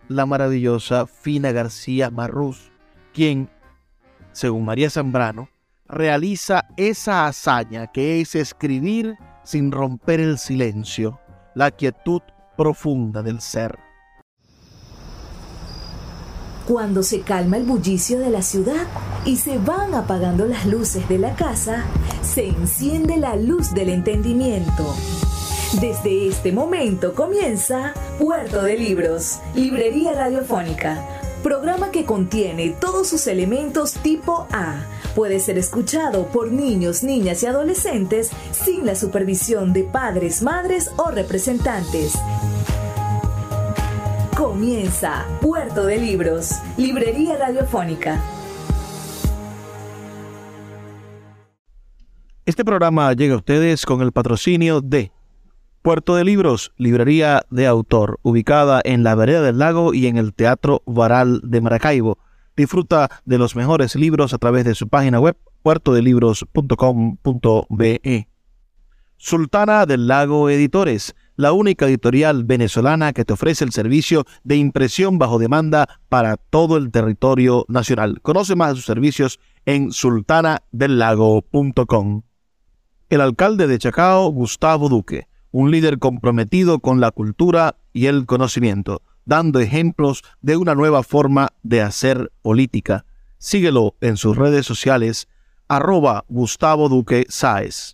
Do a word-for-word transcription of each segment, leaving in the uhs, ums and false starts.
la maravillosa Fina García Marrús, quien, según María Zambrano, realiza esa hazaña que es escribir sin romper el silencio, la quietud profunda del ser. Cuando se calma el bullicio de la ciudad y se van apagando las luces de la casa, se enciende la luz del entendimiento. Desde este momento comienza Puerto de Libros, Librería Radiofónica, programa que contiene todos sus elementos tipo A. Puede ser escuchado por niños, niñas y adolescentes sin la supervisión de padres, madres o representantes. Comienza Puerto de Libros, Librería Radiofónica. Este programa llega a ustedes con el patrocinio de Puerto de Libros, librería de autor, ubicada en la Vereda del Lago y en el Teatro Varal de Maracaibo. Disfruta de los mejores libros a través de su página web, puerto de libros punto com punto be. Sultana del Lago Editores, la única editorial venezolana que te ofrece el servicio de impresión bajo demanda para todo el territorio nacional. Conoce más de sus servicios en sultana del lago punto com. El alcalde de Chacao, Gustavo Duque, un líder comprometido con la cultura y el conocimiento, dando ejemplos de una nueva forma de hacer política. Síguelo en sus redes sociales, arroba Gustavo Duque Sáez.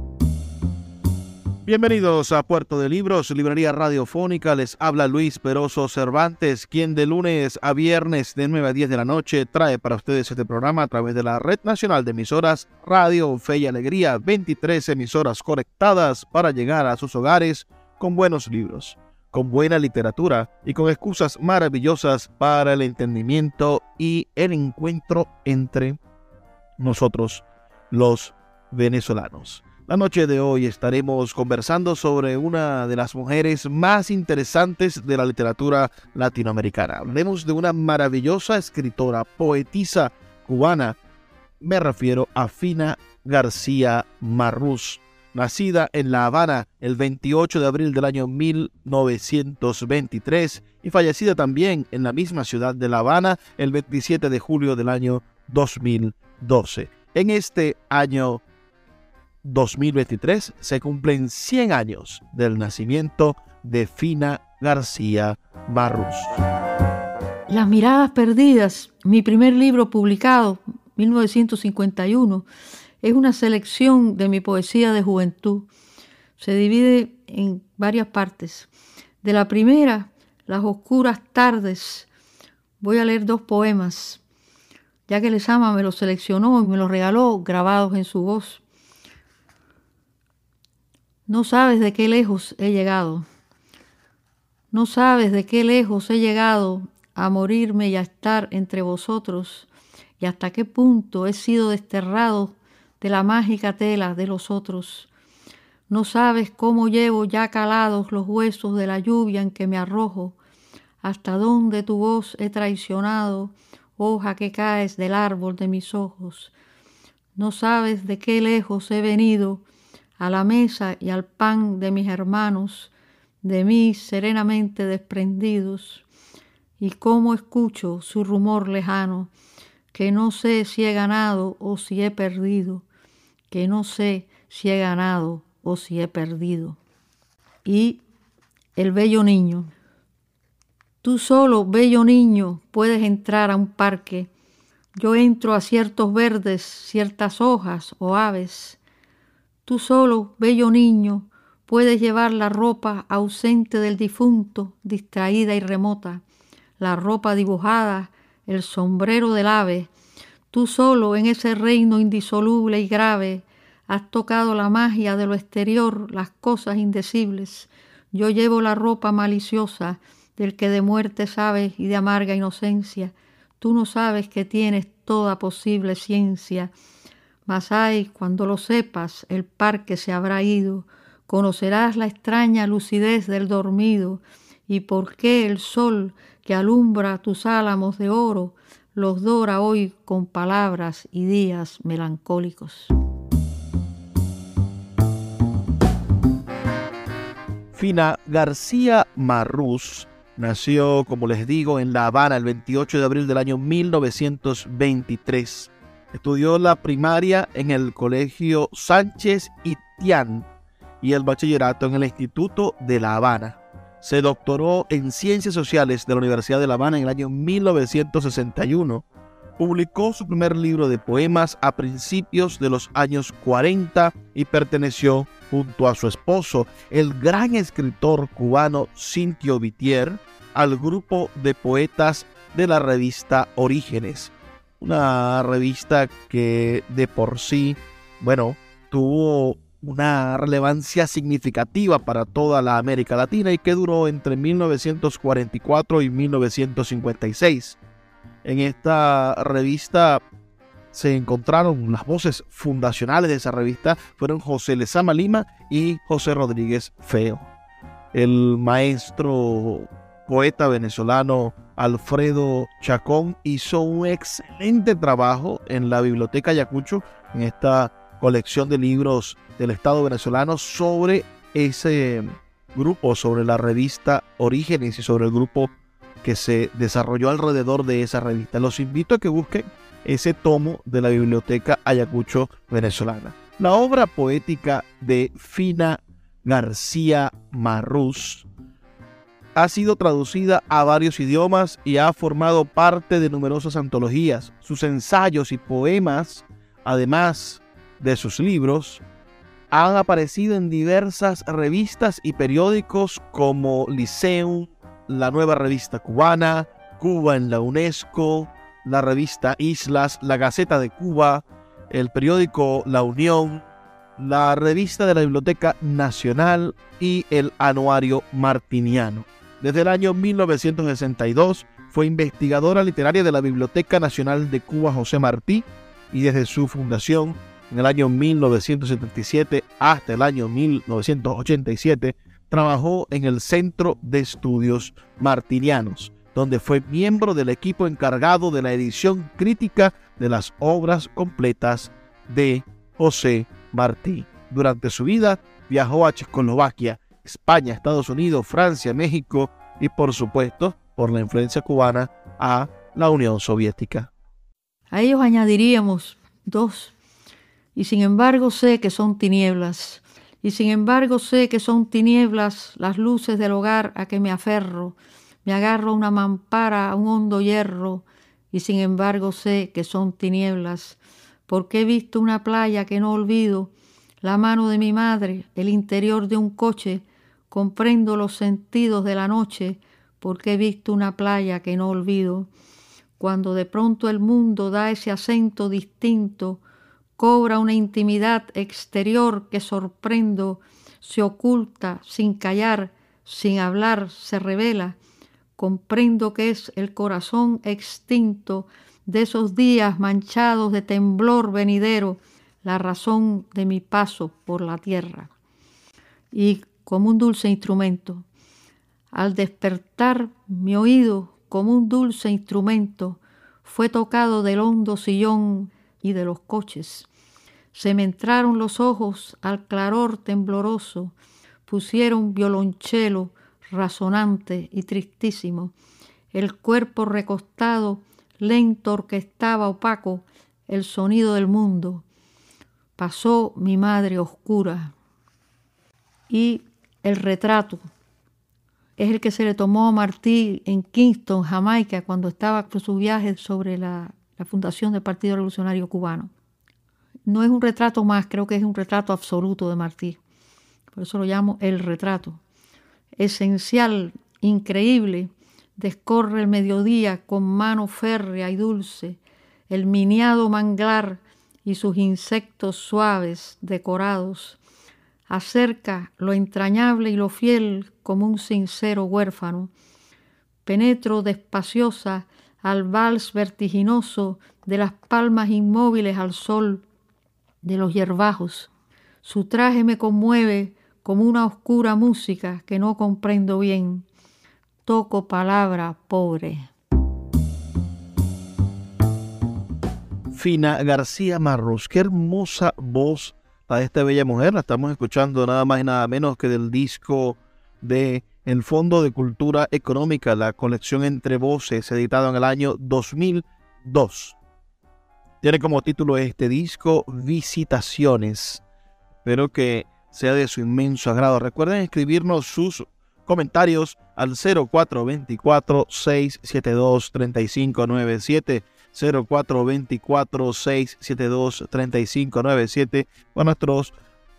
Bienvenidos a Puerto de Libros, librería radiofónica. Les habla Luis Peroso Cervantes, quien de lunes a viernes de nueve a diez de la noche trae para ustedes este programa a través de la Red Nacional de Emisoras Radio Fe y Alegría, veintitrés emisoras conectadas para llegar a sus hogares con buenos libros, con buena literatura y con excusas maravillosas para el entendimiento y el encuentro entre nosotros, los venezolanos. La noche de hoy estaremos conversando sobre una de las mujeres más interesantes de la literatura latinoamericana. Hablaremos de una maravillosa escritora, poetisa cubana. Me refiero a Fina García Marrús, nacida en La Habana el veintiocho de abril del año mil novecientos veintitrés y fallecida también en la misma ciudad de La Habana el veintisiete de julio del año dos mil doce. En este año dos mil veintitrés se cumplen cien años del nacimiento de Fina García Marrús. Las miradas perdidas, mi primer libro publicado, mil novecientos cincuenta y uno, es una selección de mi poesía de juventud. Se divide en varias partes. De la primera, Las oscuras tardes, voy a leer dos poemas, ya que Lezama me los seleccionó y me los regaló grabados en su voz. No sabes de qué lejos he llegado. No sabes de qué lejos he llegado a morirme y a estar entre vosotros, y hasta qué punto he sido desterrado de la mágica tela de los otros. No sabes cómo llevo ya calados los huesos de la lluvia en que me arrojo, hasta dónde tu voz he traicionado, hoja que caes del árbol de mis ojos. No sabes de qué lejos he venido a la mesa y al pan de mis hermanos, de mí serenamente desprendidos, y cómo escucho su rumor lejano, que no sé si he ganado o si he perdido, que no sé si he ganado o si he perdido. Y el bello niño. Tú solo, bello niño, puedes entrar a un parque. Yo entro a ciertos verdes, ciertas hojas o aves. Tú solo, bello niño, puedes llevar la ropa ausente del difunto, distraída y remota, la ropa dibujada, el sombrero del ave. Tú solo, en ese reino indisoluble y grave, has tocado la magia de lo exterior, las cosas indecibles. Yo llevo la ropa maliciosa del que de muerte sabe y de amarga inocencia. Tú no sabes que tienes toda posible ciencia. Mas ay, cuando lo sepas, el parque se habrá ido, conocerás la extraña lucidez del dormido, y por qué el sol que alumbra tus álamos de oro los dora hoy con palabras y días melancólicos. Fina García Marrús Nació, como les digo, en La Habana el veintiocho de abril del año mil novecientos veintitrés. Estudió la primaria en el Colegio Sánchez y Tian y el bachillerato en el Instituto de La Habana. Se doctoró en Ciencias Sociales de la Universidad de La Habana en el año mil novecientos sesenta y uno. Publicó su primer libro de poemas a principios de los años cuarenta y perteneció, junto a su esposo, el gran escritor cubano Cintio Vitier, al grupo de poetas de la revista Orígenes. Una revista que de por sí, bueno, tuvo una relevancia significativa para toda la América Latina y que duró entre mil novecientos cuarenta y cuatro y mil novecientos cincuenta y seis. En esta revista se encontraron las voces fundacionales de esa revista, fueron José Lezama Lima y José Rodríguez Feo. El maestro poeta venezolano Alfredo Chacón hizo un excelente trabajo en la Biblioteca Ayacucho, en esta colección de libros del Estado venezolano, sobre ese grupo, sobre la revista Orígenes y sobre el grupo que se desarrolló alrededor de esa revista. Los invito a que busquen ese tomo de la Biblioteca Ayacucho venezolana. La obra poética de Fina García Marrús ha sido traducida a varios idiomas y ha formado parte de numerosas antologías. Sus ensayos y poemas, además de sus libros, han aparecido en diversas revistas y periódicos como Liceum, la Nueva Revista Cubana, Cuba en la UNESCO, la revista Islas, la Gaceta de Cuba, el periódico La Unión, la revista de la Biblioteca Nacional y el Anuario Martiniano. Desde el año mil novecientos sesenta y dos fue investigadora literaria de la Biblioteca Nacional de Cuba José Martí y desde su fundación en el año mil novecientos setenta y siete hasta el año mil novecientos ochenta y siete trabajó en el Centro de Estudios Martinianos, donde fue miembro del equipo encargado de la edición crítica de las obras completas de José Martí. Durante su vida viajó a Checoslovaquia, España, Estados Unidos, Francia, México y, por supuesto, por la influencia cubana, a la Unión Soviética. A ellos añadiríamos dos. Y sin embargo sé que son tinieblas. Y sin embargo sé que son tinieblas las luces del hogar a que me aferro. Me agarro a una mampara, a un hondo hierro. Y sin embargo sé que son tinieblas. Porque he visto una playa que no olvido, la mano de mi madre, el interior de un coche. Comprendo los sentidos de la noche, porque he visto una playa que no olvido. Cuando de pronto el mundo da ese acento distinto, cobra una intimidad exterior que sorprendo, se oculta sin callar, sin hablar, se revela. Comprendo que es el corazón extinto de esos días manchados de temblor venidero, la razón de mi paso por la tierra. Y como un dulce instrumento, al despertar mi oído como un dulce instrumento, fue tocado del hondo sillón y de los coches. Se me entraron los ojos al claror tembloroso, pusieron violonchelo razonante y tristísimo. El cuerpo recostado, lento orquestaba opaco el sonido del mundo. Pasó mi madre oscura. Y el retrato es el que se le tomó a Martí en Kingston, Jamaica, cuando estaba por su viaje sobre la, la fundación del Partido Revolucionario Cubano. No es un retrato más, creo que es un retrato absoluto de Martí. Por eso lo llamo el retrato. Esencial, increíble, descorre el mediodía con mano férrea y dulce, el miniado manglar y sus insectos suaves, decorados. Acerca lo entrañable y lo fiel como un sincero huérfano. Penetro despaciosa al vals vertiginoso de las palmas inmóviles al sol de los hierbajos. Su traje me conmueve como una oscura música que no comprendo bien. Toco palabra pobre. Fina García Marrús, qué hermosa voz a esta bella mujer. La estamos escuchando nada más y nada menos que del disco de el Fondo de Cultura Económica, la colección Entre Voces, editado en el año dos mil dos. Tiene como título este disco Visitaciones. Espero que sea de su inmenso agrado. Recuerden escribirnos sus comentarios al cero cuatro dos cuatro, seis siete dos, tres cinco nueve siete, cero cuatro dos cuatro, seis siete dos, tres cinco nueve siete, o nuestros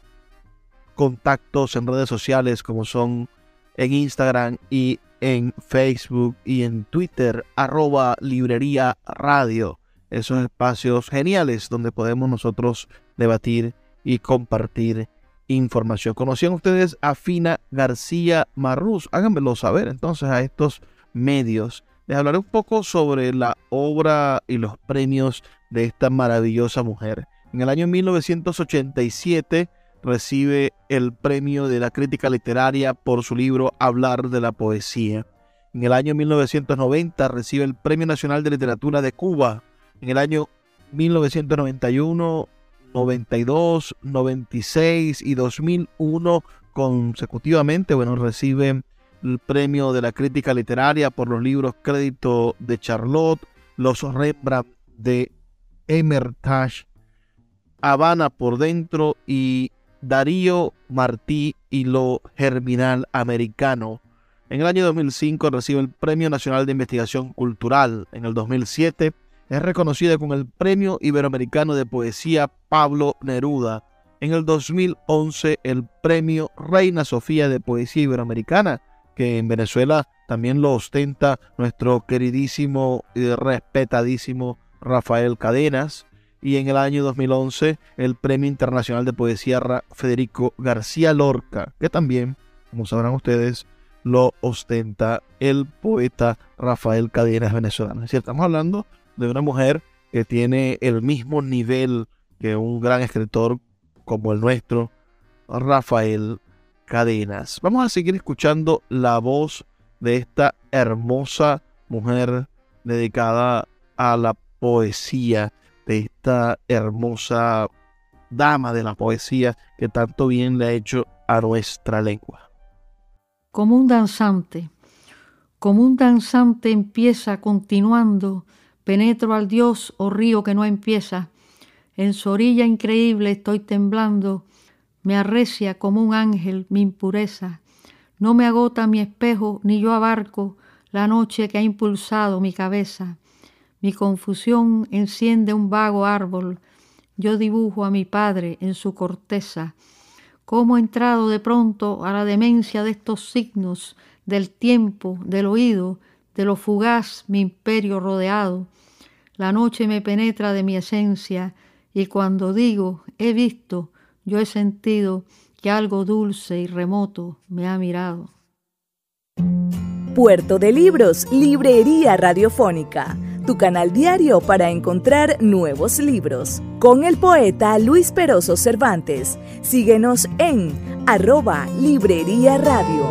contactos en redes sociales como son en Instagram y en Facebook y en Twitter, arroba Librería Radio. Esos espacios geniales donde podemos nosotros debatir y compartir información. ¿Conocían ustedes a Fina García Marrús? Háganmelo saber entonces a estos medios. Les hablaré un poco sobre la obra y los premios de esta maravillosa mujer. En el año mil novecientos ochenta y siete recibe el premio de la crítica literaria por su libro Hablar de la Poesía. En el año mil novecientos noventa recibe el Premio Nacional de Literatura de Cuba. En el año mil novecientos noventa y uno, noventa y dos, noventa y seis y dos mil uno consecutivamente, bueno, recibe el premio de la crítica literaria por los libros Crédito de Charlotte, Los Rembrandt de Hermitage, Habana por dentro y Darío Martí y lo Germinal Americano. En el año dos mil cinco recibe el Premio Nacional de Investigación Cultural. En el dos mil siete es reconocida con el Premio Iberoamericano de Poesía Pablo Neruda. En el dos mil once el Premio Reina Sofía de Poesía Iberoamericana, que en Venezuela también lo ostenta nuestro queridísimo y respetadísimo Rafael Cadenas. Y en el año dos mil once el Premio Internacional de Poesía Federico García Lorca, que también, como sabrán ustedes, lo ostenta el poeta Rafael Cadenas venezolano. Es decir, estamos hablando de una mujer que tiene el mismo nivel que un gran escritor como el nuestro, Rafael Cadenas. Vamos a seguir escuchando la voz de esta hermosa mujer dedicada a la poesía, de esta hermosa dama de la poesía que tanto bien le ha hecho a nuestra lengua. Como un danzante, como un danzante empieza continuando, penetro al Dios o río que no empieza, en su orilla increíble estoy temblando, me arrecia como un ángel mi impureza, no me agota mi espejo ni yo abarco la noche que ha impulsado mi cabeza. Mi confusión enciende un vago árbol, yo dibujo a mi padre en su corteza. Cómo he entrado de pronto a la demencia de estos signos, del tiempo, del oído, de lo fugaz mi imperio rodeado. La noche me penetra de mi esencia, y cuando digo he visto, yo he sentido que algo dulce y remoto me ha mirado. Puerto de Libros, Librería Radiofónica, tu canal diario para encontrar nuevos libros. Con el poeta Luis Peroso Cervantes. Síguenos en arroba Librería Radio.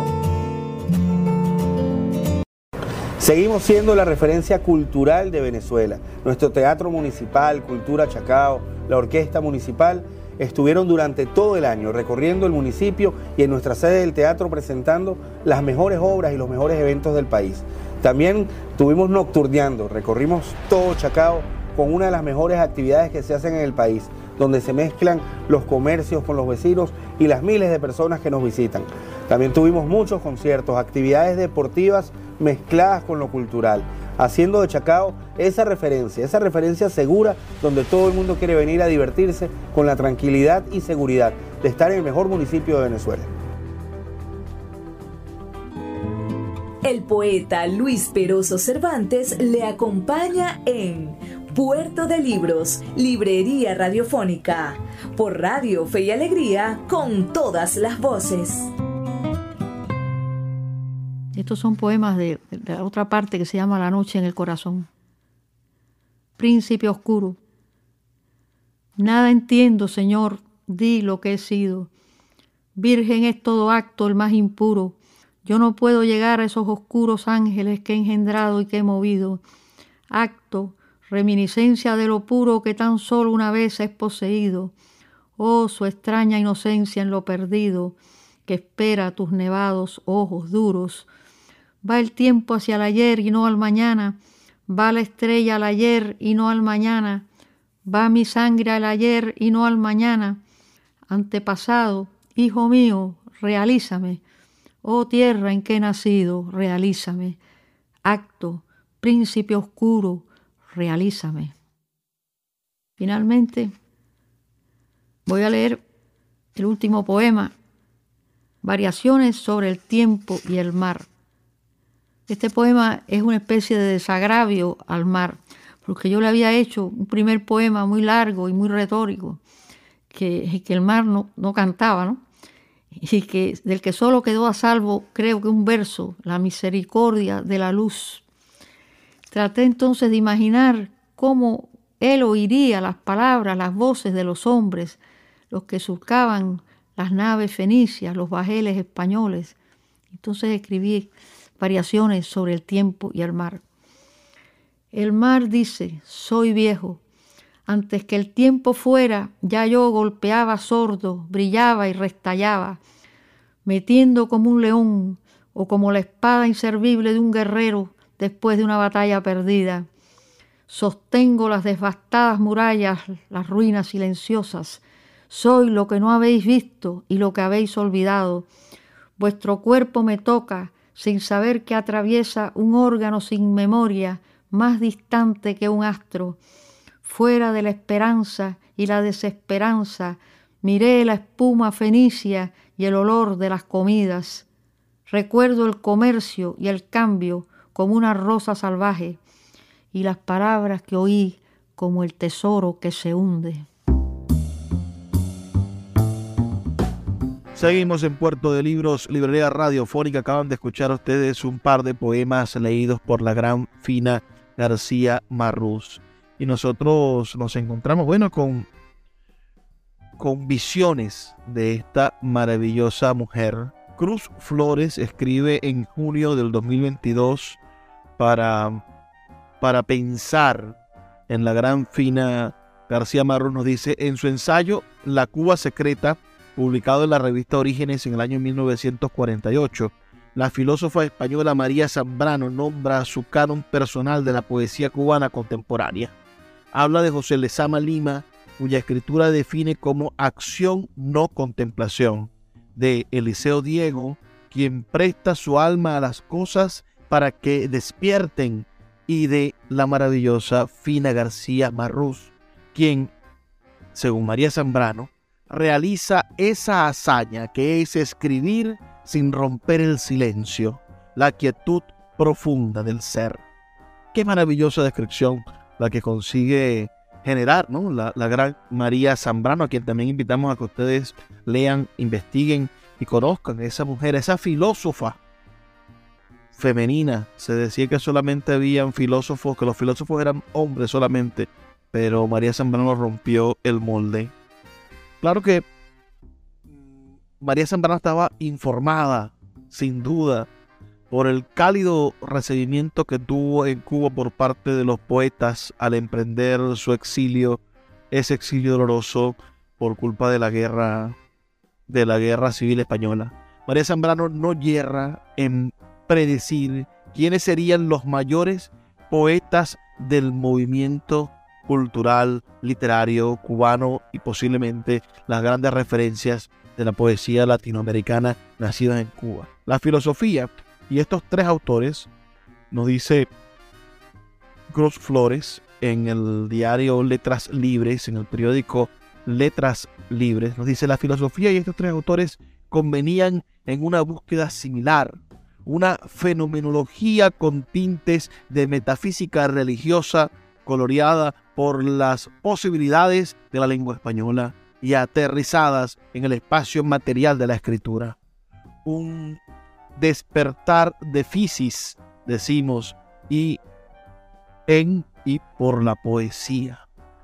Seguimos siendo la referencia cultural de Venezuela. Nuestro Teatro Municipal, Cultura Chacao, la Orquesta Municipal estuvieron durante todo el año recorriendo el municipio y en nuestra sede del teatro presentando las mejores obras y los mejores eventos del país. También estuvimos nocturneando, recorrimos todo Chacao con una de las mejores actividades que se hacen en el país, donde se mezclan los comercios con los vecinos y las miles de personas que nos visitan. También tuvimos muchos conciertos, actividades deportivas mezcladas con lo cultural, haciendo de Chacao esa referencia, esa referencia segura donde todo el mundo quiere venir a divertirse con la tranquilidad y seguridad de estar en el mejor municipio de Venezuela. El poeta Luis Peroso Cervantes le acompaña en Puerto de Libros, Librería Radiofónica, por Radio Fe y Alegría, con todas las voces. Estos son poemas de, de la otra parte que se llama La noche en el corazón. Príncipe oscuro, nada entiendo, Señor, di lo que he sido. Virgen es todo acto el más impuro. Yo no puedo llegar a esos oscuros ángeles que he engendrado y que he movido. Acto, reminiscencia de lo puro que tan solo una vez es poseído. Oh, su extraña inocencia en lo perdido, que espera tus nevados ojos duros. Va el tiempo hacia el ayer y no al mañana, va la estrella al ayer y no al mañana, va mi sangre al ayer y no al mañana. Antepasado, hijo mío, realízame. Oh tierra en que he nacido, realízame. Acto, príncipe oscuro, realízame. Finalmente, voy a leer el último poema, Variaciones sobre el tiempo y el mar. Este poema es una especie de desagravio al mar, porque yo le había hecho un primer poema muy largo y muy retórico, que, que el mar no, no cantaba, ¿no? Y que, del que solo quedó a salvo, creo que un verso, la misericordia de la luz. Traté entonces de imaginar cómo él oiría las palabras, las voces de los hombres, los que surcaban las naves fenicias, los bajeles españoles. Entonces escribí variaciones sobre el tiempo y el mar. El mar dice, soy viejo. Antes que el tiempo fuera, ya yo golpeaba sordo, brillaba y restallaba, metiendo como un león o como la espada inservible de un guerrero después de una batalla perdida. Sostengo las devastadas murallas, las ruinas silenciosas. Soy lo que no habéis visto y lo que habéis olvidado. Vuestro cuerpo me toca sin saber que atraviesa un órgano sin memoria, más distante que un astro. Fuera de la esperanza y la desesperanza, miré la espuma fenicia y el olor de las comidas. Recuerdo el comercio y el cambio como una rosa salvaje y las palabras que oí como el tesoro que se hunde. Seguimos en Puerto de Libros, Librería Radiofónica. Acaban de escuchar ustedes un par de poemas leídos por la gran Fina García Marrús. Y nosotros nos encontramos, bueno, con, con visiones de esta maravillosa mujer. Cruz Flores escribe en junio del dos mil veintidós para, para pensar en la gran Fina García Marrús. Nos dice, en su ensayo La Cuba Secreta, publicado en la revista Orígenes en el año mil novecientos cuarenta y ocho, la filósofa española María Zambrano nombra su canon personal de la poesía cubana contemporánea. Habla de José Lezama Lima, cuya escritura define como acción, no contemplación, de Eliseo Diego, quien presta su alma a las cosas para que despierten, y de la maravillosa Fina García Marrús, quien, según María Zambrano, realiza esa hazaña que es escribir sin romper el silencio, la quietud profunda del ser. Qué maravillosa descripción la que consigue generar, ¿no? La, la gran María Zambrano, a quien también invitamos a que ustedes lean, investiguen y conozcan. Esa mujer, esa filósofa femenina. Se decía que solamente habían filósofos, que los filósofos eran hombres solamente, pero María Zambrano rompió el molde. Claro que María Zambrano estaba informada, sin duda, por el cálido recibimiento que tuvo en Cuba por parte de los poetas al emprender su exilio, ese exilio doloroso por culpa de la guerra, de la guerra civil española. María Zambrano no yerra en predecir quiénes serían los mayores poetas del movimiento cultural, literario, cubano y posiblemente las grandes referencias de la poesía latinoamericana nacidas en Cuba. La filosofía y estos tres autores, nos dice Cruz Flores en el diario Letras Libres, en el periódico Letras Libres, nos dice, la filosofía y estos tres autores convenían en una búsqueda similar, una fenomenología con tintes de metafísica religiosa coloreada por las posibilidades de la lengua española y aterrizadas en el espacio material de la escritura. Un despertar de fisis, decimos, y en y por la poesía.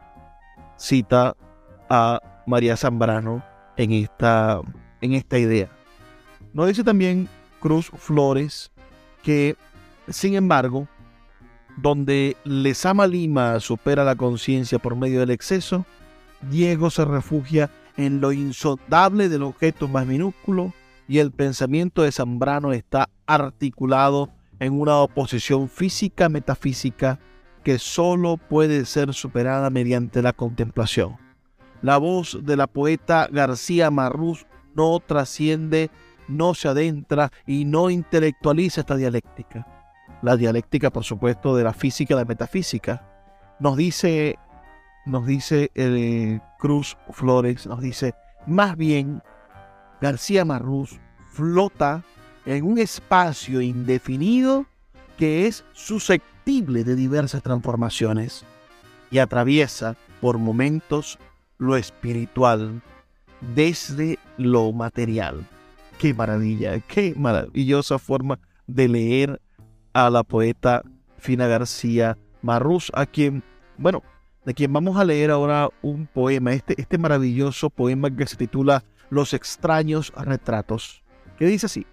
Cita a María Zambrano en esta, en esta idea. Nos dice también Cruz Flores que, sin embargo, donde Lezama Lima supera la conciencia por medio del exceso, Diego se refugia en lo insondable del objeto más minúsculo y el pensamiento de Zambrano está articulado en una oposición física-metafísica que solo puede ser superada mediante la contemplación. La voz de la poeta García Marrús no trasciende, no se adentra y no intelectualiza esta dialéctica. La dialéctica, por supuesto, de la física y la metafísica. Nos dice, nos dice eh, Cruz Flores, nos dice, más bien, García Marrús flota en un espacio indefinido que es susceptible de diversas transformaciones y atraviesa por momentos lo espiritual desde lo material. ¡Qué maravilla! ¡Qué maravillosa forma de leer a la poeta Fina García Marrús, a quien, bueno, de quien vamos a leer ahora un poema, este, este maravilloso poema que se titula Los extraños retratos, que dice así: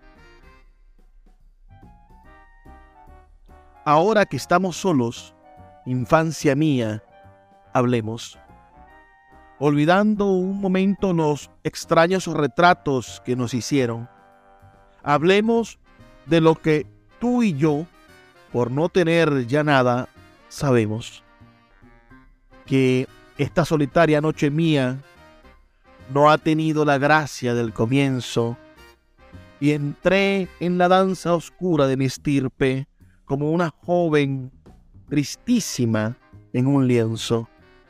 ahora que estamos solos, infancia mía, hablemos, olvidando un momento los extraños retratos que nos hicieron. Hablemos de lo que tú y yo, por no tener ya nada, sabemos. Que esta solitaria noche mía no ha tenido la gracia del comienzo, y entré en la danza oscura de mi estirpe como una joven tristísima en un lienzo.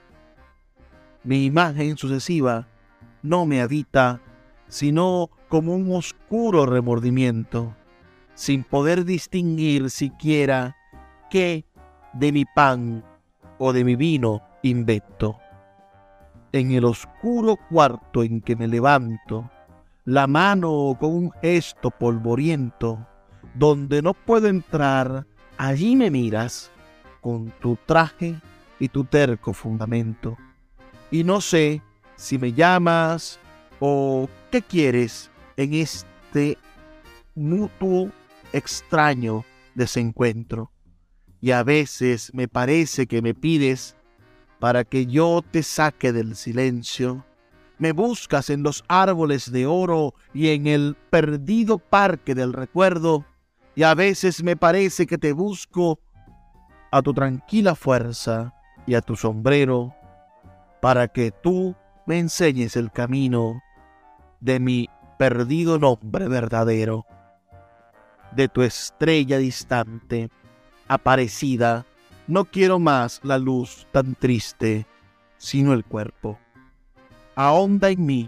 Mi imagen sucesiva no me habita, sino como un oscuro remordimiento, sin poder distinguir siquiera qué de mi pan o de mi vino invento. En el oscuro cuarto en que me levanto, la mano con un gesto polvoriento, donde no puedo entrar, allí me miras con tu traje y tu terco fundamento. Y no sé si me llamas o qué quieres en este mutuo extraño desencuentro. Y a veces me parece que me pides para que yo te saque del silencio. Me buscas en los árboles de oro y en el perdido parque del recuerdo. Y a veces me parece que te busco a tu tranquila fuerza y a tu sombrero, para que tú me enseñes el camino de mi perdido nombre verdadero, de tu estrella distante, aparecida. No quiero más la luz tan triste, sino el cuerpo. Ahonda en mí,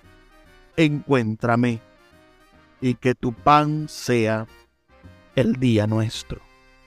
encuéntrame, y que tu pan sea el día nuestro.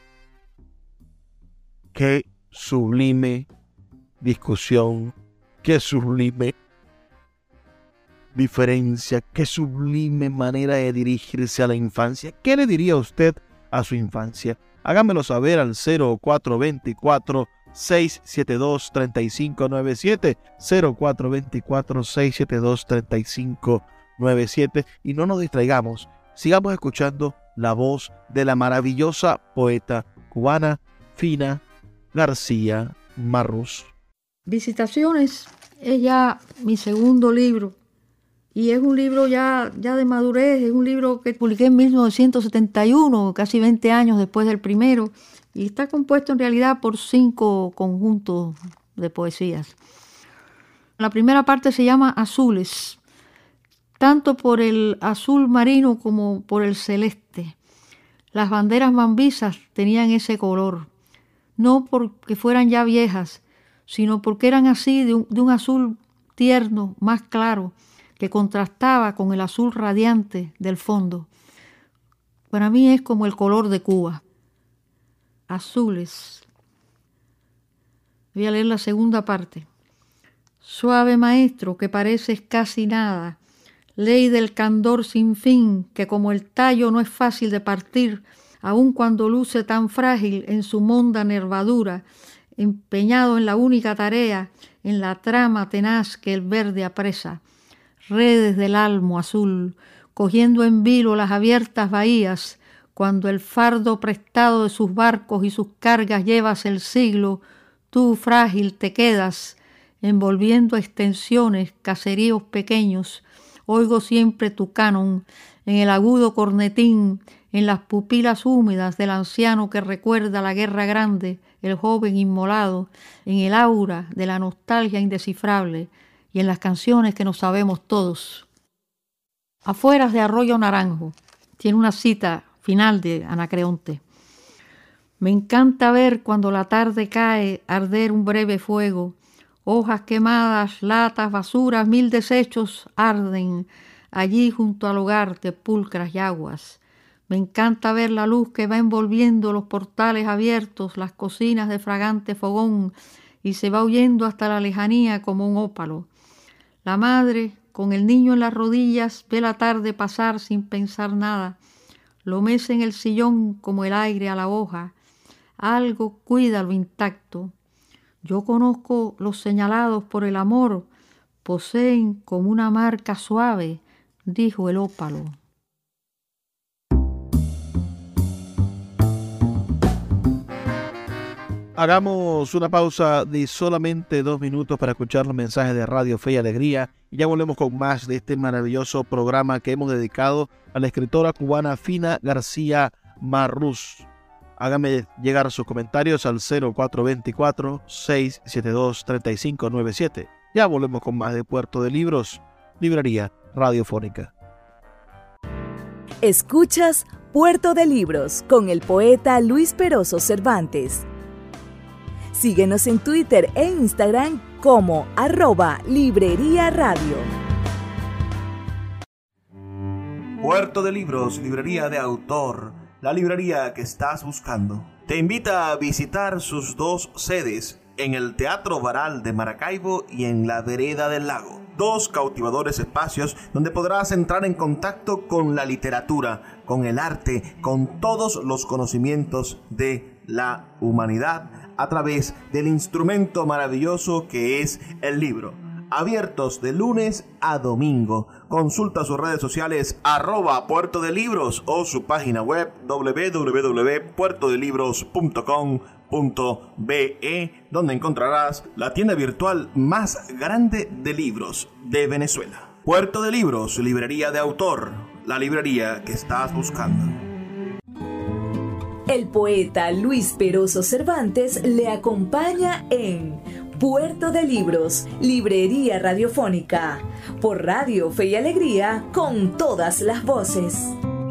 Qué sublime discusión, qué sublime diferencia, qué sublime manera de dirigirse a la infancia. ¿Qué le diría usted a su infancia? Hágamelo saber al cero cuatro dos cuatro, seis siete dos, tres cinco nueve siete, cero cuatro dos cuatro, seis siete dos, tres cinco nueve siete, y no nos distraigamos, sigamos escuchando la voz de la maravillosa poeta cubana Fina García Marrús. Visitaciones es ya mi segundo libro y es un libro ya, ya de madurez, es un libro que publiqué en mil novecientos setenta y uno, casi veinte años después del primero, y está compuesto en realidad por cinco conjuntos de poesías. La primera parte se llama Azules, tanto por el azul marino como por el celeste. Las banderas mambisas tenían ese color, no porque fueran ya viejas, sino porque eran así de un, de un azul tierno, más claro, que contrastaba con el azul radiante del fondo. Para mí es como el color de Cuba. Azules. Voy a leer la segunda parte. Suave maestro que pareces casi nada, ley del candor sin fin, que como el tallo no es fácil de partir, aun cuando luce tan frágil en su monda nervadura, empeñado en la única tarea, en la trama tenaz que el verde apresa. Redes del almo azul, cogiendo en vilo las abiertas bahías, cuando el fardo prestado de sus barcos y sus cargas llevas el siglo, tú frágil te quedas, envolviendo extensiones, caseríos pequeños. Oigo siempre tu canon, en el agudo cornetín, en las pupilas húmedas del anciano que recuerda la guerra grande, el joven inmolado, en el aura de la nostalgia indescifrable y en las canciones que nos sabemos todos. Afueras de Arroyo Naranjo, tiene una cita final de Anacreonte. Me encanta ver cuando la tarde cae arder un breve fuego, hojas quemadas, latas, basuras, mil desechos arden allí junto al hogar de pulcras y aguas. Me encanta ver la luz que va envolviendo los portales abiertos, las cocinas de fragante fogón, y se va huyendo hasta la lejanía como un ópalo. La madre, con el niño en las rodillas, ve la tarde pasar sin pensar nada. Lo mece en el sillón como el aire a la hoja. Algo cuida lo intacto. Yo conozco los señalados por el amor, poseen como una marca suave, dijo el ópalo. Hagamos una pausa de solamente dos minutos para escuchar los mensajes de Radio Fe y Alegría y ya volvemos con más de este maravilloso programa que hemos dedicado a la escritora cubana Fina García Marrús. Hágame llegar sus comentarios al cero cuatro dos cuatro, seis siete dos, tres cinco nueve siete. Ya volvemos con más de Puerto de Libros, Librería Radiofónica. Escuchas Puerto de Libros con el poeta Luis Peroso Cervantes. Síguenos en Twitter e Instagram como arroba Librería Radio. Puerto de Libros, librería de autor, la librería que estás buscando. Te invita a visitar sus dos sedes, en el Teatro Baral de Maracaibo y en la Vereda del Lago. Dos cautivadores espacios donde podrás entrar en contacto con la literatura, con el arte, con todos los conocimientos de la humanidad a través del instrumento maravilloso que es el libro. Abiertos de lunes a domingo. Consulta sus redes sociales arroba Puerto de Libros o su página web doble u doble u doble u punto puerto de libros punto com punto be, donde encontrarás la tienda virtual más grande de libros de Venezuela. Puerto de Libros, librería de autor, la librería que estás buscando. El poeta Luis Peroso Cervantes le acompaña en Puerto de Libros, Librería Radiofónica, por Radio Fe y Alegría, con todas las voces.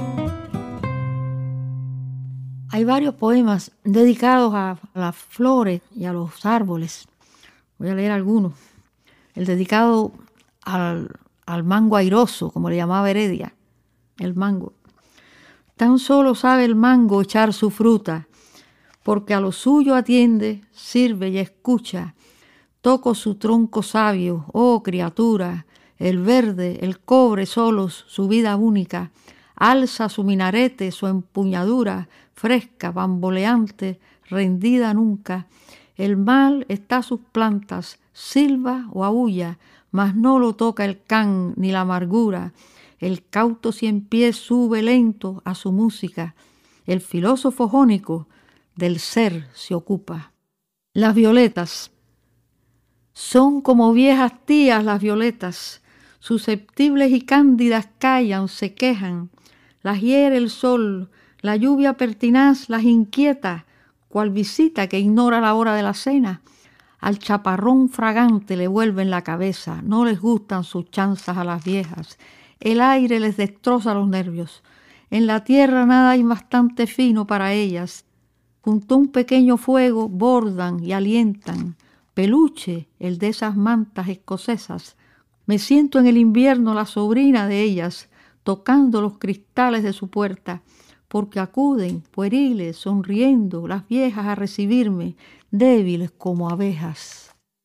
Hay varios poemas dedicados a las flores y a los árboles. Voy a leer algunos. El dedicado al, al mango airoso, como le llamaba Heredia, el mango. Tan solo sabe el mango echar su fruta, porque a lo suyo atiende, sirve y escucha. Toco su tronco sabio, oh criatura, el verde, el cobre solos, su vida única. Alza su minarete, su empuñadura, fresca, bamboleante, rendida nunca. El mal está a sus plantas, silba o aúlla, mas no lo toca el can ni la amargura. El cauto cien pies sube lento a su música. El filósofo jónico del ser se ocupa. Las violetas. Son como viejas tías las violetas, susceptibles y cándidas callan, se quejan. Las hiere el sol, la lluvia pertinaz las inquieta, cual visita que ignora la hora de la cena. Al chaparrón fragante le vuelven la cabeza, no les gustan sus chanzas a las viejas. El aire les destroza los nervios. En la tierra nada hay bastante fino para ellas. Junto a un pequeño fuego bordan y alientan. Peluche, el de esas mantas escocesas. Me siento en el invierno la sobrina de ellas, tocando los cristales de su puerta, porque acuden, pueriles, sonriendo, las viejas a recibirme, débiles como abejas.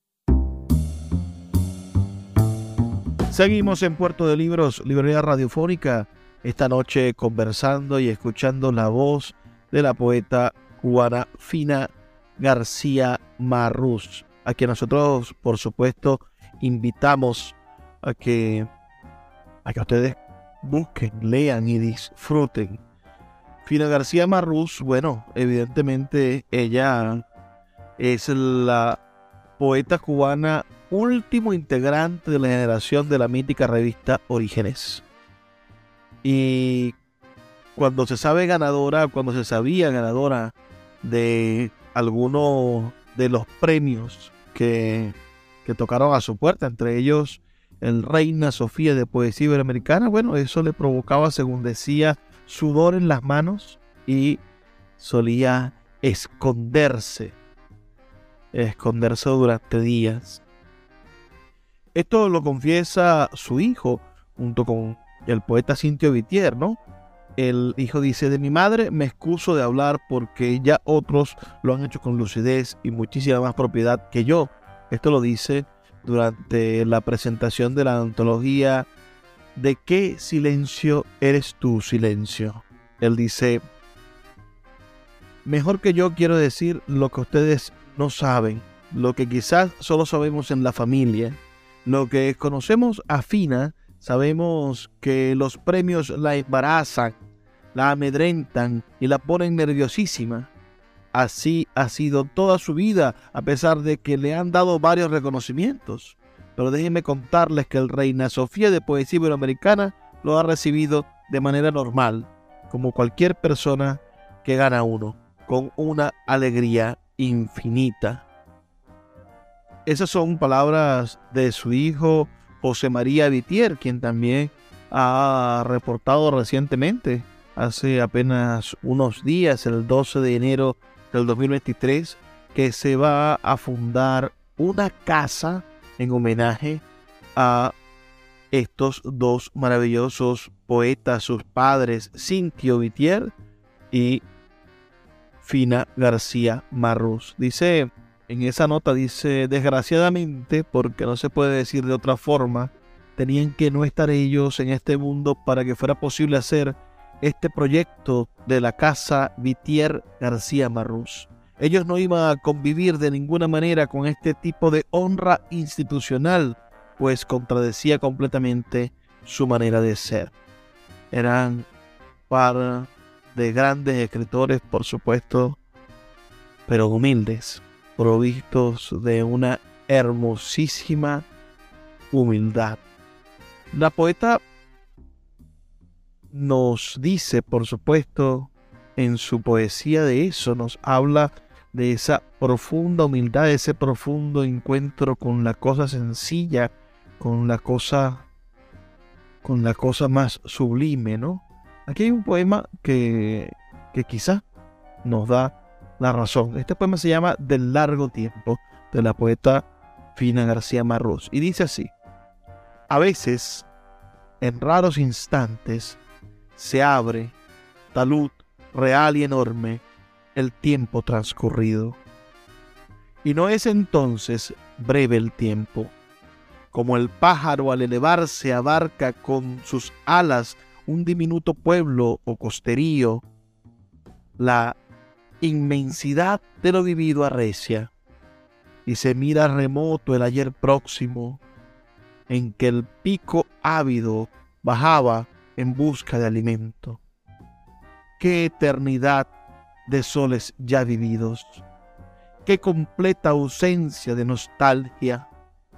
Seguimos en Puerto de Libros, librería radiofónica, esta noche conversando y escuchando la voz de la poeta cubana Fina García Marrús, a quien nosotros, por supuesto, invitamos a que, a que ustedes busquen, lean y disfruten. Fina García Marrús, bueno, evidentemente ella es la poeta cubana último integrante de la generación de la mítica revista Orígenes. Y cuando se sabe ganadora, cuando se sabía ganadora de algunos de los premios que, que tocaron a su puerta, entre ellos el Reina Sofía de Poesía Iberoamericana, bueno, eso le provocaba, según decía, sudor en las manos y solía esconderse, esconderse durante días. Esto lo confiesa su hijo, junto con el poeta Cintio Vitier, ¿no? El hijo dice: de mi madre me excuso de hablar porque ya otros lo han hecho con lucidez y muchísima más propiedad que yo. Esto lo dice durante la presentación de la antología ¿De qué silencio eres tú, silencio? Él dice: mejor que yo quiero decir lo que ustedes no saben, lo que quizás solo sabemos en la familia, lo que conocemos a Fina. Sabemos que los premios la embarazan, la amedrentan y la ponen nerviosísima. Así ha sido toda su vida, a pesar de que le han dado varios reconocimientos. Pero déjenme contarles que el Reina Sofía de Poesía Iberoamericana lo ha recibido de manera normal, como cualquier persona que gana uno, con una alegría infinita. Esas son palabras de su hijo José María Vitier, quien también ha reportado recientemente, hace apenas unos días, el doce de enero del dos mil veintitrés, que se va a fundar una casa en homenaje a estos dos maravillosos poetas, sus padres, Cintio Vitier y Fina García Marrús. Dice, en esa nota dice: desgraciadamente, porque no se puede decir de otra forma, tenían que no estar ellos en este mundo para que fuera posible hacer este proyecto de la casa Vitier García Marrús. Ellos no iban a convivir de ninguna manera con este tipo de honra institucional, pues contradecía completamente su manera de ser. Eran par de grandes escritores, por supuesto, pero humildes, provistos de una hermosísima humildad. La poeta nos dice, por supuesto, en su poesía de eso, nos habla de esa profunda humildad, ese profundo encuentro con la cosa sencilla, con la cosa, con la cosa más sublime, ¿no? Aquí hay un poema que, que quizá nos da la razón. Este poema se llama Del largo tiempo, de la poeta Fina García Marrús, y dice así: a veces, en raros instantes, se abre, talud real y enorme, el tiempo transcurrido. Y no es entonces breve el tiempo. Como el pájaro al elevarse abarca con sus alas un diminuto pueblo o costerío, la inmensidad de lo vivido arrecia, y se mira remoto el ayer próximo, en que el pico ávido bajaba en busca de alimento. ¡Qué eternidad de soles ya vividos! ¡Qué completa ausencia de nostalgia!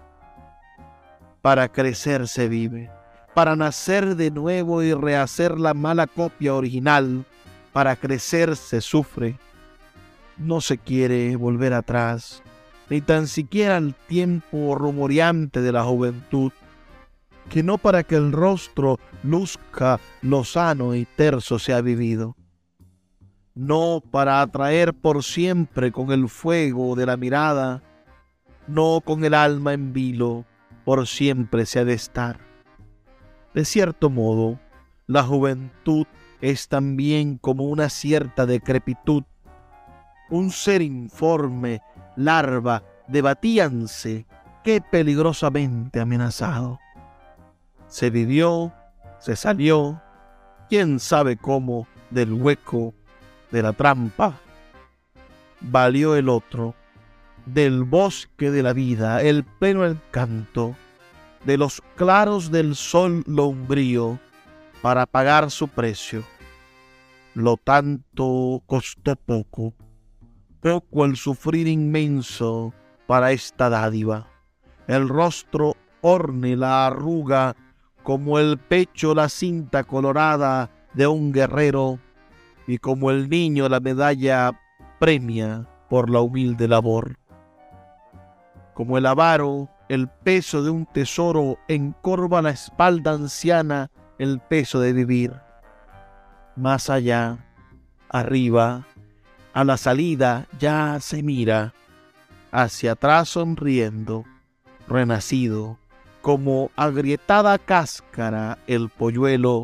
Para crecer se vive, para nacer de nuevo y rehacer la mala copia original. Para crecer se sufre, no se quiere volver atrás, ni tan siquiera al tiempo rumoreante de la juventud, que no para que el rostro luzca lozano y terso se ha vivido, no para atraer por siempre con el fuego de la mirada, no con el alma en vilo por siempre se ha de estar. De cierto modo, la juventud es también como una cierta decrepitud, un ser informe, larva, debatíanse, qué peligrosamente amenazado. Se vivió, se salió, quién sabe cómo, del hueco, de la trampa. Valió el otro, del bosque de la vida, el pleno encanto, de los claros del sol lo umbrío, para pagar su precio. Lo tanto costó poco, poco el sufrir inmenso para esta dádiva. El rostro orne la arruga como el pecho la cinta colorada de un guerrero, y como el niño la medalla premia por la humilde labor. Como el avaro, el peso de un tesoro encorva la espalda anciana el peso de vivir. Más allá, arriba, a la salida ya se mira, hacia atrás sonriendo, renacido, como agrietada cáscara el polluelo.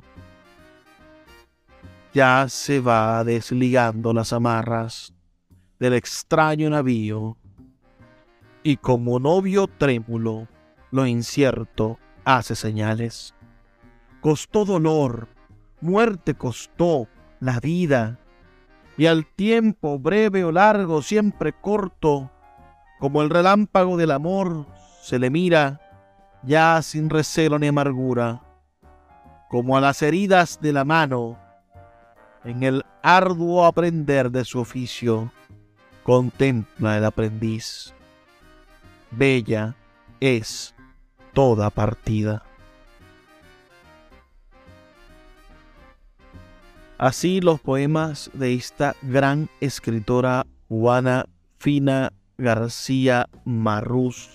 Ya se va desligando las amarras del extraño navío, y como novio trémulo, lo incierto hace señales. Costó dolor, muerte costó la vida, y al tiempo breve o largo, siempre corto, como el relámpago del amor, se le mira, ya sin recelo ni amargura, como a las heridas de la mano, en el arduo aprender de su oficio, contempla el aprendiz. Bella es toda partida. Así los poemas de esta gran escritora Juana Fina García Marrús,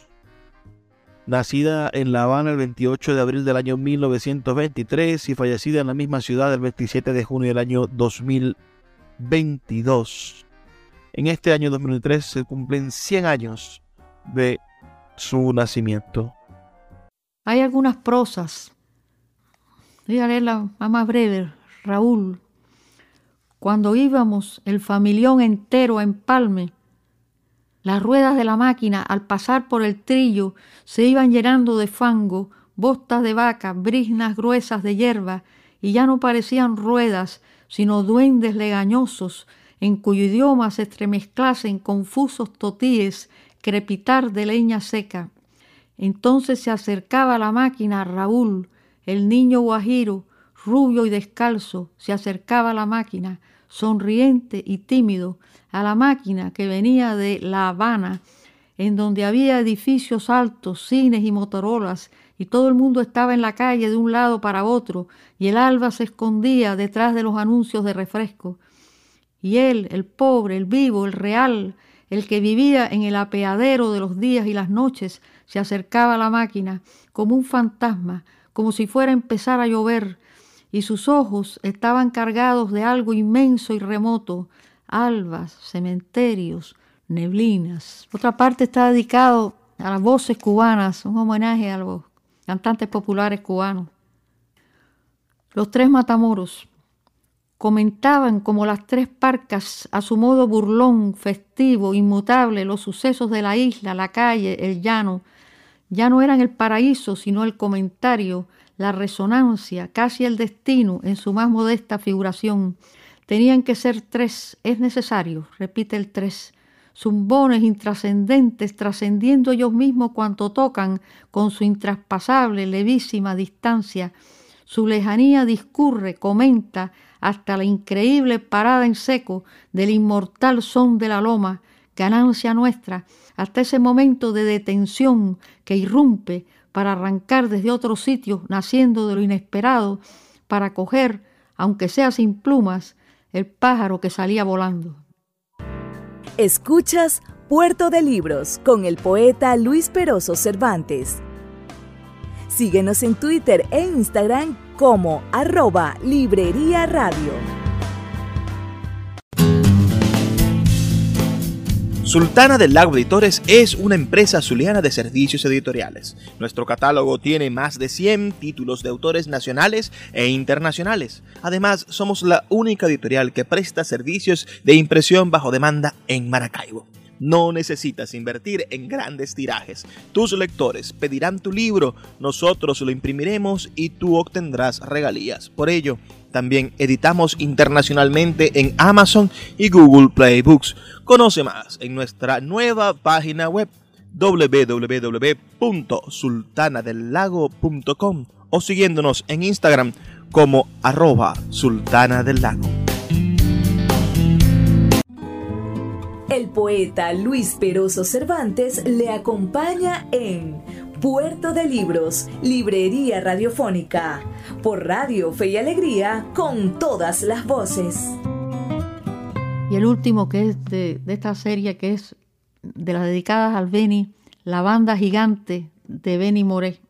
nacida en La Habana el veintiocho de abril del año mil novecientos veintitrés y fallecida en la misma ciudad el veintisiete de junio del año dos mil veintidós. En este año dos mil veintitrés se cumplen cien años de su nacimiento. Hay algunas prosas. Voy a leer la más breve. Raúl. Cuando íbamos el familión entero a Empalme, las ruedas de la máquina al pasar por el trillo se iban llenando de fango, bostas de vaca, briznas gruesas de hierba, y ya no parecían ruedas, sino duendes legañosos, en cuyo idioma se entremezclasen confusos totíes, crepitar de leña seca. Entonces se acercaba a la máquina Raúl, el niño guajiro, rubio y descalzo, se acercaba a la máquina, sonriente y tímido, a la máquina que venía de La Habana, en donde había edificios altos, cines y motorolas, y todo el mundo estaba en la calle de un lado para otro, y el alba se escondía detrás de los anuncios de refresco. Y él, el pobre, el vivo, el real, el que vivía en el apeadero de los días y las noches, se acercaba a la máquina como un fantasma, como si fuera a empezar a llover, y sus ojos estaban cargados de algo inmenso y remoto, albas, cementerios, neblinas. Otra parte está dedicado a las voces cubanas, un homenaje a los cantantes populares cubanos. Los tres matamoros comentaban como las tres parcas, a su modo burlón, festivo, inmutable, los sucesos de la isla, la calle, el llano. Ya no eran el paraíso, sino el comentario, la resonancia, casi el destino en su más modesta figuración. Tenían que ser tres, es necesario, repite el tres, zumbones intrascendentes, trascendiendo ellos mismos cuanto tocan con su intraspasable, levísima distancia. Su lejanía discurre, comenta, hasta la increíble parada en seco del inmortal son de la loma, ganancia nuestra, hasta ese momento de detención que irrumpe para arrancar desde otros sitios, naciendo de lo inesperado, para coger, aunque sea sin plumas, el pájaro que salía volando. Escuchas Puerto de Libros con el poeta Luis Peroso Cervantes. Síguenos en Twitter e Instagram como arroba Librería Radio. Sultana del Lago Editores es una empresa zuliana de servicios editoriales. Nuestro catálogo tiene más de cien títulos de autores nacionales e internacionales. Además, somos la única editorial que presta servicios de impresión bajo demanda en Maracaibo. No necesitas invertir en grandes tirajes. Tus lectores pedirán tu libro, nosotros lo imprimiremos y tú obtendrás regalías. Por ello, también editamos internacionalmente en Amazon y Google Play Books. Conoce más en nuestra nueva página web doble u doble u doble u punto sultana del lago punto com o siguiéndonos en Instagram como arroba sultana del lago. El poeta Luis Peroso Cervantes le acompaña en Puerto de Libros, Librería Radiofónica, por Radio Fe y Alegría, con todas las voces. Y el último que es de, de esta serie, que es de las dedicadas al Beni, La Banda Gigante de Benny Moré.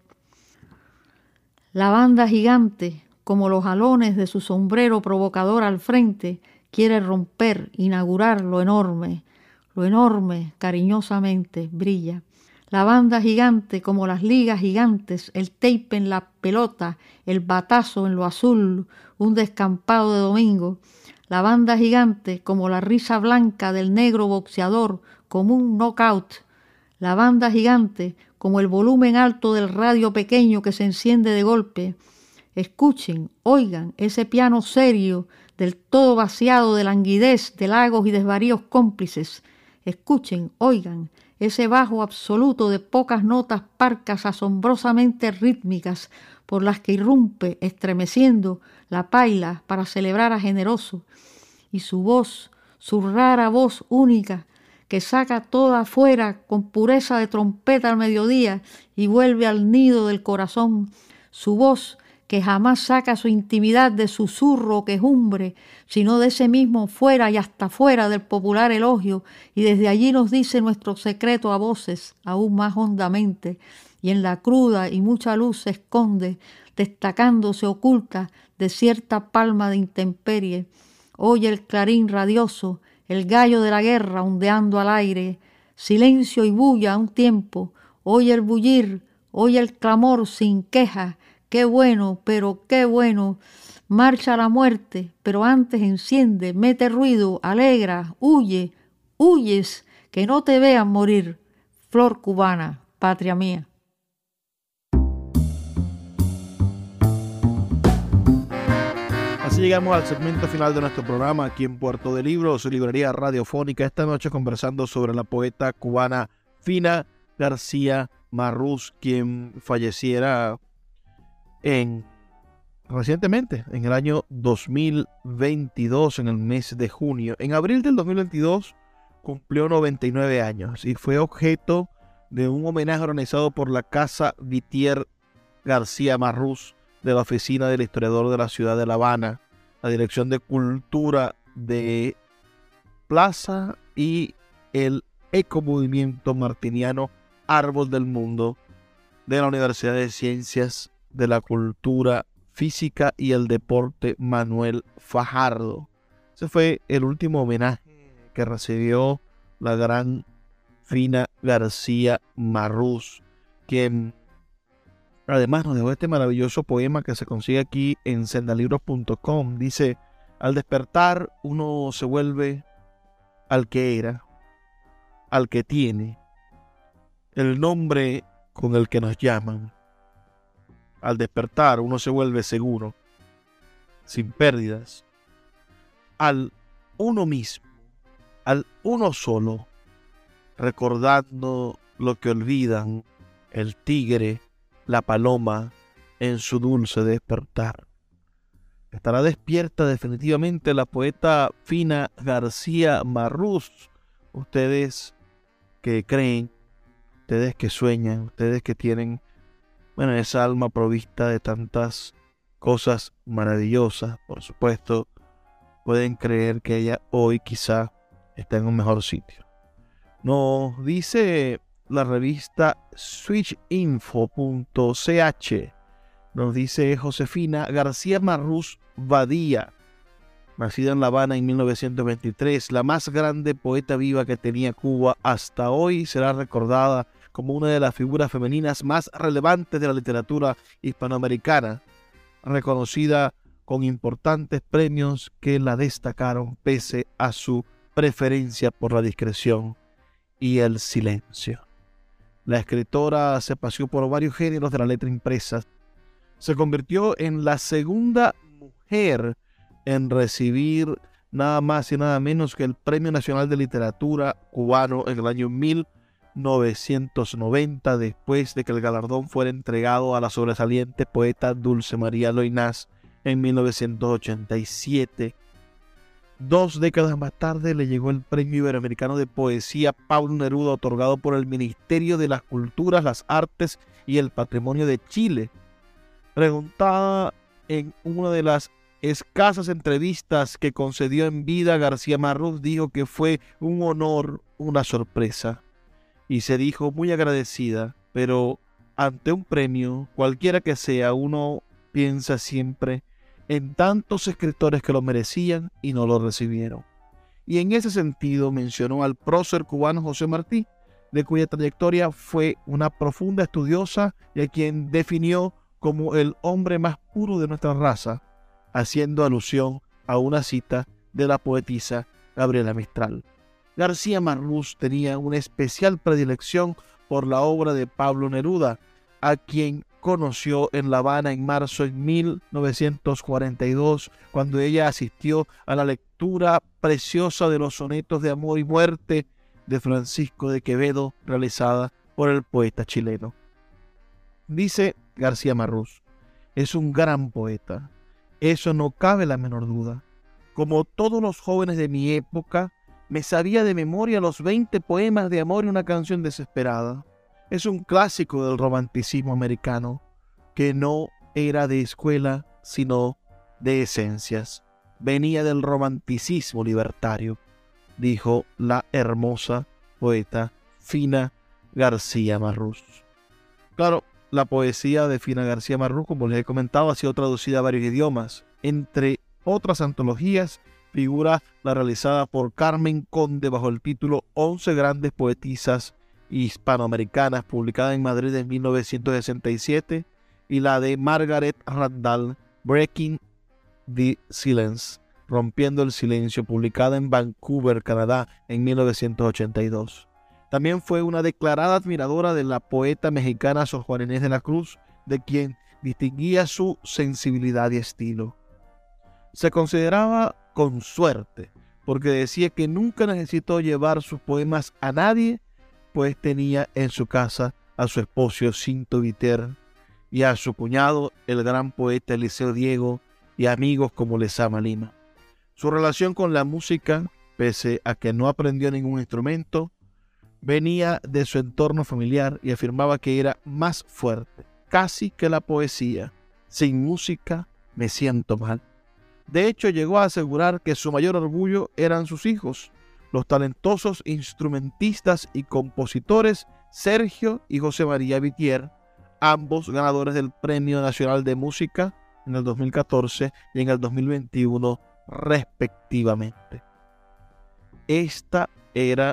La banda gigante, como los jalones de su sombrero provocador al frente, quiere romper, inaugurar lo enorme. Lo enorme, cariñosamente, brilla. La banda gigante, como las ligas gigantes, el tape en la pelota, el batazo en lo azul, un descampado de domingo. La banda gigante, como la risa blanca del negro boxeador, como un knockout. La banda gigante, como el volumen alto del radio pequeño que se enciende de golpe. Escuchen, oigan ese piano serio, del todo vaciado de languidez, de lagos y desvaríos cómplices. Escuchen, oigan ese bajo absoluto de pocas notas parcas asombrosamente rítmicas por las que irrumpe, estremeciendo, la paila para celebrar a Generoso. Y su voz, su rara voz única, que saca toda afuera con pureza de trompeta al mediodía y vuelve al nido del corazón. Su voz, que jamás saca su intimidad de susurro o quejumbre, sino de ese mismo fuera y hasta fuera del popular elogio, y desde allí nos dice nuestro secreto a voces, aún más hondamente, y en la cruda y mucha luz se esconde, destacándose oculta de cierta palma de intemperie. Oye el clarín radioso, el gallo de la guerra ondeando al aire, silencio y bulla a un tiempo, oye el bullir, oye el clamor sin queja, qué bueno, pero qué bueno, marcha la muerte, pero antes enciende, mete ruido, alegra, huye, huyes, que no te vean morir, flor cubana, patria mía. Así llegamos al segmento final de nuestro programa aquí en Puerto de Libros, Librería Radiofónica. Esta noche conversando sobre la poeta cubana Fina García Marrús, quien falleciera en, recientemente, en el año dos mil veintidós, en el mes de junio. En abril del dos mil veintidós cumplió noventa y nueve años y fue objeto de un homenaje organizado por la Casa Vitier García Marrús de la Oficina del Historiador de la Ciudad de La Habana, la Dirección de Cultura de Plaza y el Ecomovimiento Martiniano Árbol del Mundo de la Universidad de Ciencias de la Cultura Física y el Deporte Manuel Fajardo. Ese fue el último homenaje que recibió la gran Fina García Marrús, quien además nos dejó este maravilloso poema que se consigue aquí en sendalibros punto com. Dice: al despertar uno se vuelve al que era, al que tiene, el nombre con el que nos llaman. Al despertar uno se vuelve seguro, sin pérdidas, al uno mismo, al uno solo, recordando lo que olvidan el tigre, la paloma en su dulce despertar. Estará despierta definitivamente la poeta Fina García Marrús. Ustedes que creen, ustedes que sueñan, ustedes que tienen, bueno, esa alma provista de tantas cosas maravillosas, por supuesto, pueden creer que ella hoy quizá está en un mejor sitio. Nos dice la revista switch info punto c h, nos dice Josefina García Marrús Badía, nacida en La Habana en mil novecientos veintitrés, la más grande poeta viva que tenía Cuba hasta hoy, será recordada como una de las figuras femeninas más relevantes de la literatura hispanoamericana, reconocida con importantes premios que la destacaron pese a su preferencia por la discreción y el silencio. La escritora se paseó por varios géneros de la letra impresa. Se convirtió en la segunda mujer en recibir nada más y nada menos que el Premio Nacional de Literatura cubano en el año mil novecientos noventa, después de que el galardón fuera entregado a la sobresaliente poeta Dulce María Loynaz en mil novecientos ochenta y siete. Dos décadas más tarde le llegó el Premio Iberoamericano de Poesía Pablo Neruda, otorgado por el Ministerio de las Culturas, las Artes y el Patrimonio de Chile. Preguntada en una de las escasas entrevistas que concedió en vida, García Marrús dijo que fue un honor, una sorpresa, y se dijo muy agradecida, pero ante un premio, cualquiera que sea, uno piensa siempre en tantos escritores que lo merecían y no lo recibieron. Y en ese sentido mencionó al prócer cubano José Martí, de cuya trayectoria fue una profunda estudiosa y a quien definió como el hombre más puro de nuestra raza, haciendo alusión a una cita de la poetisa Gabriela Mistral. García Marrús tenía una especial predilección por la obra de Pablo Neruda, a quien conoció en La Habana en marzo de mil novecientos cuarenta y dos, cuando ella asistió a la lectura preciosa de los sonetos de amor y muerte de Francisco de Quevedo, realizada por el poeta chileno. Dice García Marrús: es un gran poeta, eso no cabe la menor duda. Como todos los jóvenes de mi época, me sabía de memoria los veinte poemas de amor y una canción desesperada. Es un clásico del romanticismo americano, que no era de escuela, sino de esencias. Venía del romanticismo libertario, dijo la hermosa poeta Fina García Marrús. Claro, la poesía de Fina García Marrús, como les he comentado, ha sido traducida a varios idiomas. Entre otras antologías figura la realizada por Carmen Conde bajo el título once grandes poetisas hispanoamericanas, publicada en Madrid en mil novecientos sesenta y siete, y la de Margaret Randall, Breaking the Silence, Rompiendo el Silencio, publicada en Vancouver, Canadá, en mil novecientos ochenta y dos. También fue una declarada admiradora de la poeta mexicana Sor Juana Inés de la Cruz, de quien distinguía su sensibilidad y estilo. Se consideraba con suerte, porque decía que nunca necesitó llevar sus poemas a nadie, pues tenía en su casa a su esposo Cinto Viter y a su cuñado, el gran poeta Eliseo Diego, y amigos como Lezama Lima. Su relación con la música, pese a que no aprendió ningún instrumento, venía de su entorno familiar y afirmaba que era más fuerte, casi que la poesía. Sin música me siento mal. De hecho, llegó a asegurar que su mayor orgullo eran sus hijos, los talentosos instrumentistas y compositores Sergio y José María Vitier, ambos ganadores del Premio Nacional de Música en el dos mil catorce y en el dos mil veintiuno respectivamente. Esta era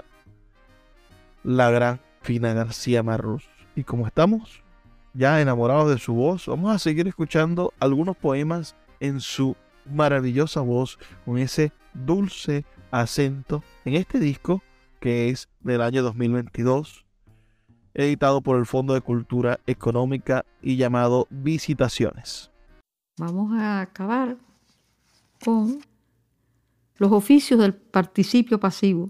la gran Fina García Marrús. Y como estamos ya enamorados de su voz, vamos a seguir escuchando algunos poemas en su maravillosa voz, con ese dulce acento, en este disco que es del año dos mil veintidós, editado por el Fondo de Cultura Económica y llamado Visitaciones. Vamos a acabar con los oficios del participio pasivo.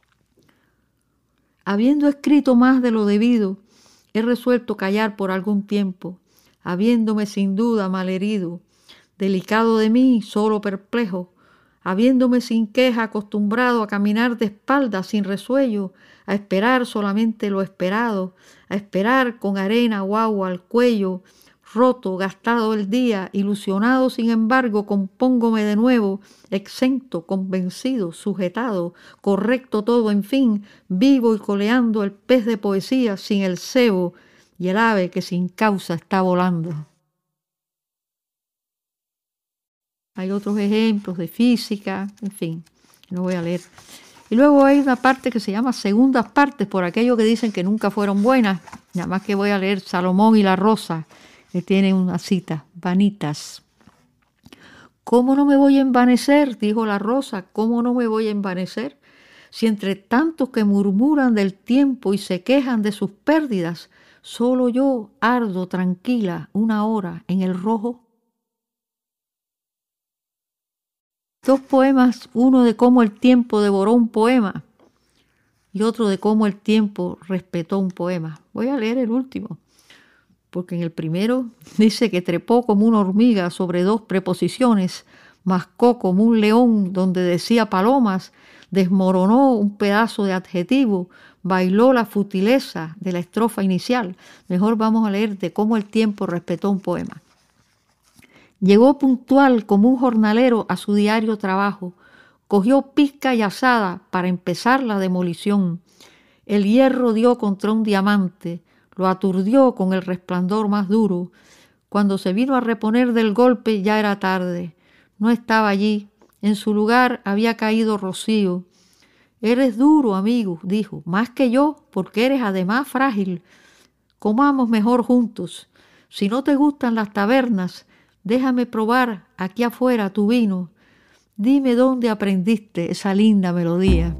Habiendo escrito más de lo debido, he resuelto callar por algún tiempo, habiéndome sin duda malherido, delicado de mí, solo perplejo, habiéndome sin queja acostumbrado a caminar de espaldas sin resuello, a esperar solamente lo esperado, a esperar con arena o agua al cuello, roto, gastado el día, ilusionado sin embargo, compóngome de nuevo, exento, convencido, sujetado, correcto todo, en fin, vivo y coleando el pez de poesía sin el cebo y el ave que sin causa está volando. Hay otros ejemplos de física, en fin, no voy a leer. Y luego hay una parte que se llama segundas partes, por aquellos que dicen que nunca fueron buenas. Nada más que voy a leer Salomón y la Rosa, que tiene una cita, vanitas. ¿Cómo no me voy a envanecer? Dijo la Rosa, ¿cómo no me voy a envanecer? Si entre tantos que murmuran del tiempo y se quejan de sus pérdidas, solo yo ardo tranquila una hora en el rojo. Dos poemas, uno de cómo el tiempo devoró un poema y otro de cómo el tiempo respetó un poema. Voy a leer el último, porque en el primero dice que trepó como una hormiga sobre dos preposiciones, mascó como un león donde decía palomas, desmoronó un pedazo de adjetivo, bailó la futileza de la estrofa inicial. Mejor vamos a leer de cómo el tiempo respetó un poema. Llegó puntual como un jornalero a su diario trabajo. Cogió pizca y azada para empezar la demolición. El hierro dio contra un diamante, lo aturdió con el resplandor más duro. Cuando se vino a reponer del golpe ya era tarde. No estaba allí. En su lugar había caído Rocío. «Eres duro, amigo», dijo, «más que yo, porque eres además frágil. Comamos mejor juntos. Si no te gustan las tabernas, déjame probar aquí afuera tu vino. Dime dónde aprendiste esa linda melodía».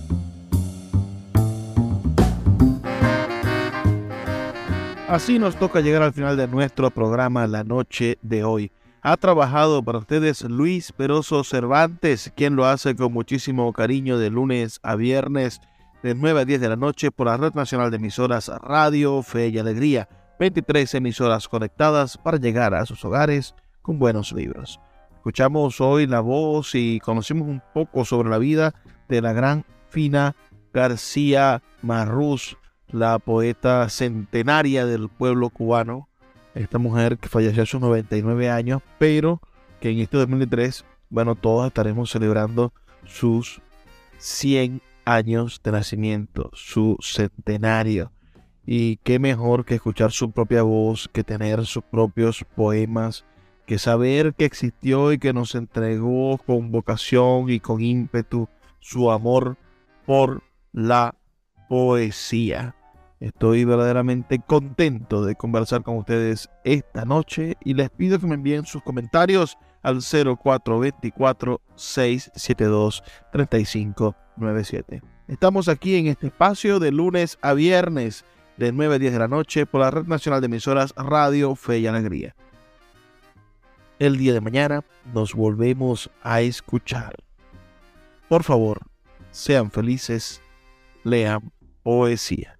Así nos toca llegar al final de nuestro programa la noche de hoy. Ha trabajado para ustedes Luis Peroso Cervantes, quien lo hace con muchísimo cariño de lunes a viernes de nueve a diez de la noche por la Red Nacional de Emisoras Radio Fe y Alegría. veintitrés emisoras conectadas para llegar a sus hogares con buenos libros. Escuchamos hoy la voz y conocimos un poco sobre la vida de la gran Fina García Marrús, la poeta centenaria del pueblo cubano. Esta mujer que falleció a sus noventa y nueve años, pero que en este dos mil tres, bueno, todos estaremos celebrando sus cien años de nacimiento, su centenario. Y qué mejor que escuchar su propia voz, que tener sus propios poemas, que saber que existió y que nos entregó con vocación y con ímpetu su amor por la poesía. Estoy verdaderamente contento de conversar con ustedes esta noche y les pido que me envíen sus comentarios al cero cuatro dos cuatro, seis siete dos, tres cinco nueve siete. Estamos aquí en este espacio de lunes a viernes de nueve a diez de la noche por la Red Nacional de Emisoras Radio Fe y Alegría. El día de mañana nos volvemos a escuchar. Por favor, sean felices, lean poesía.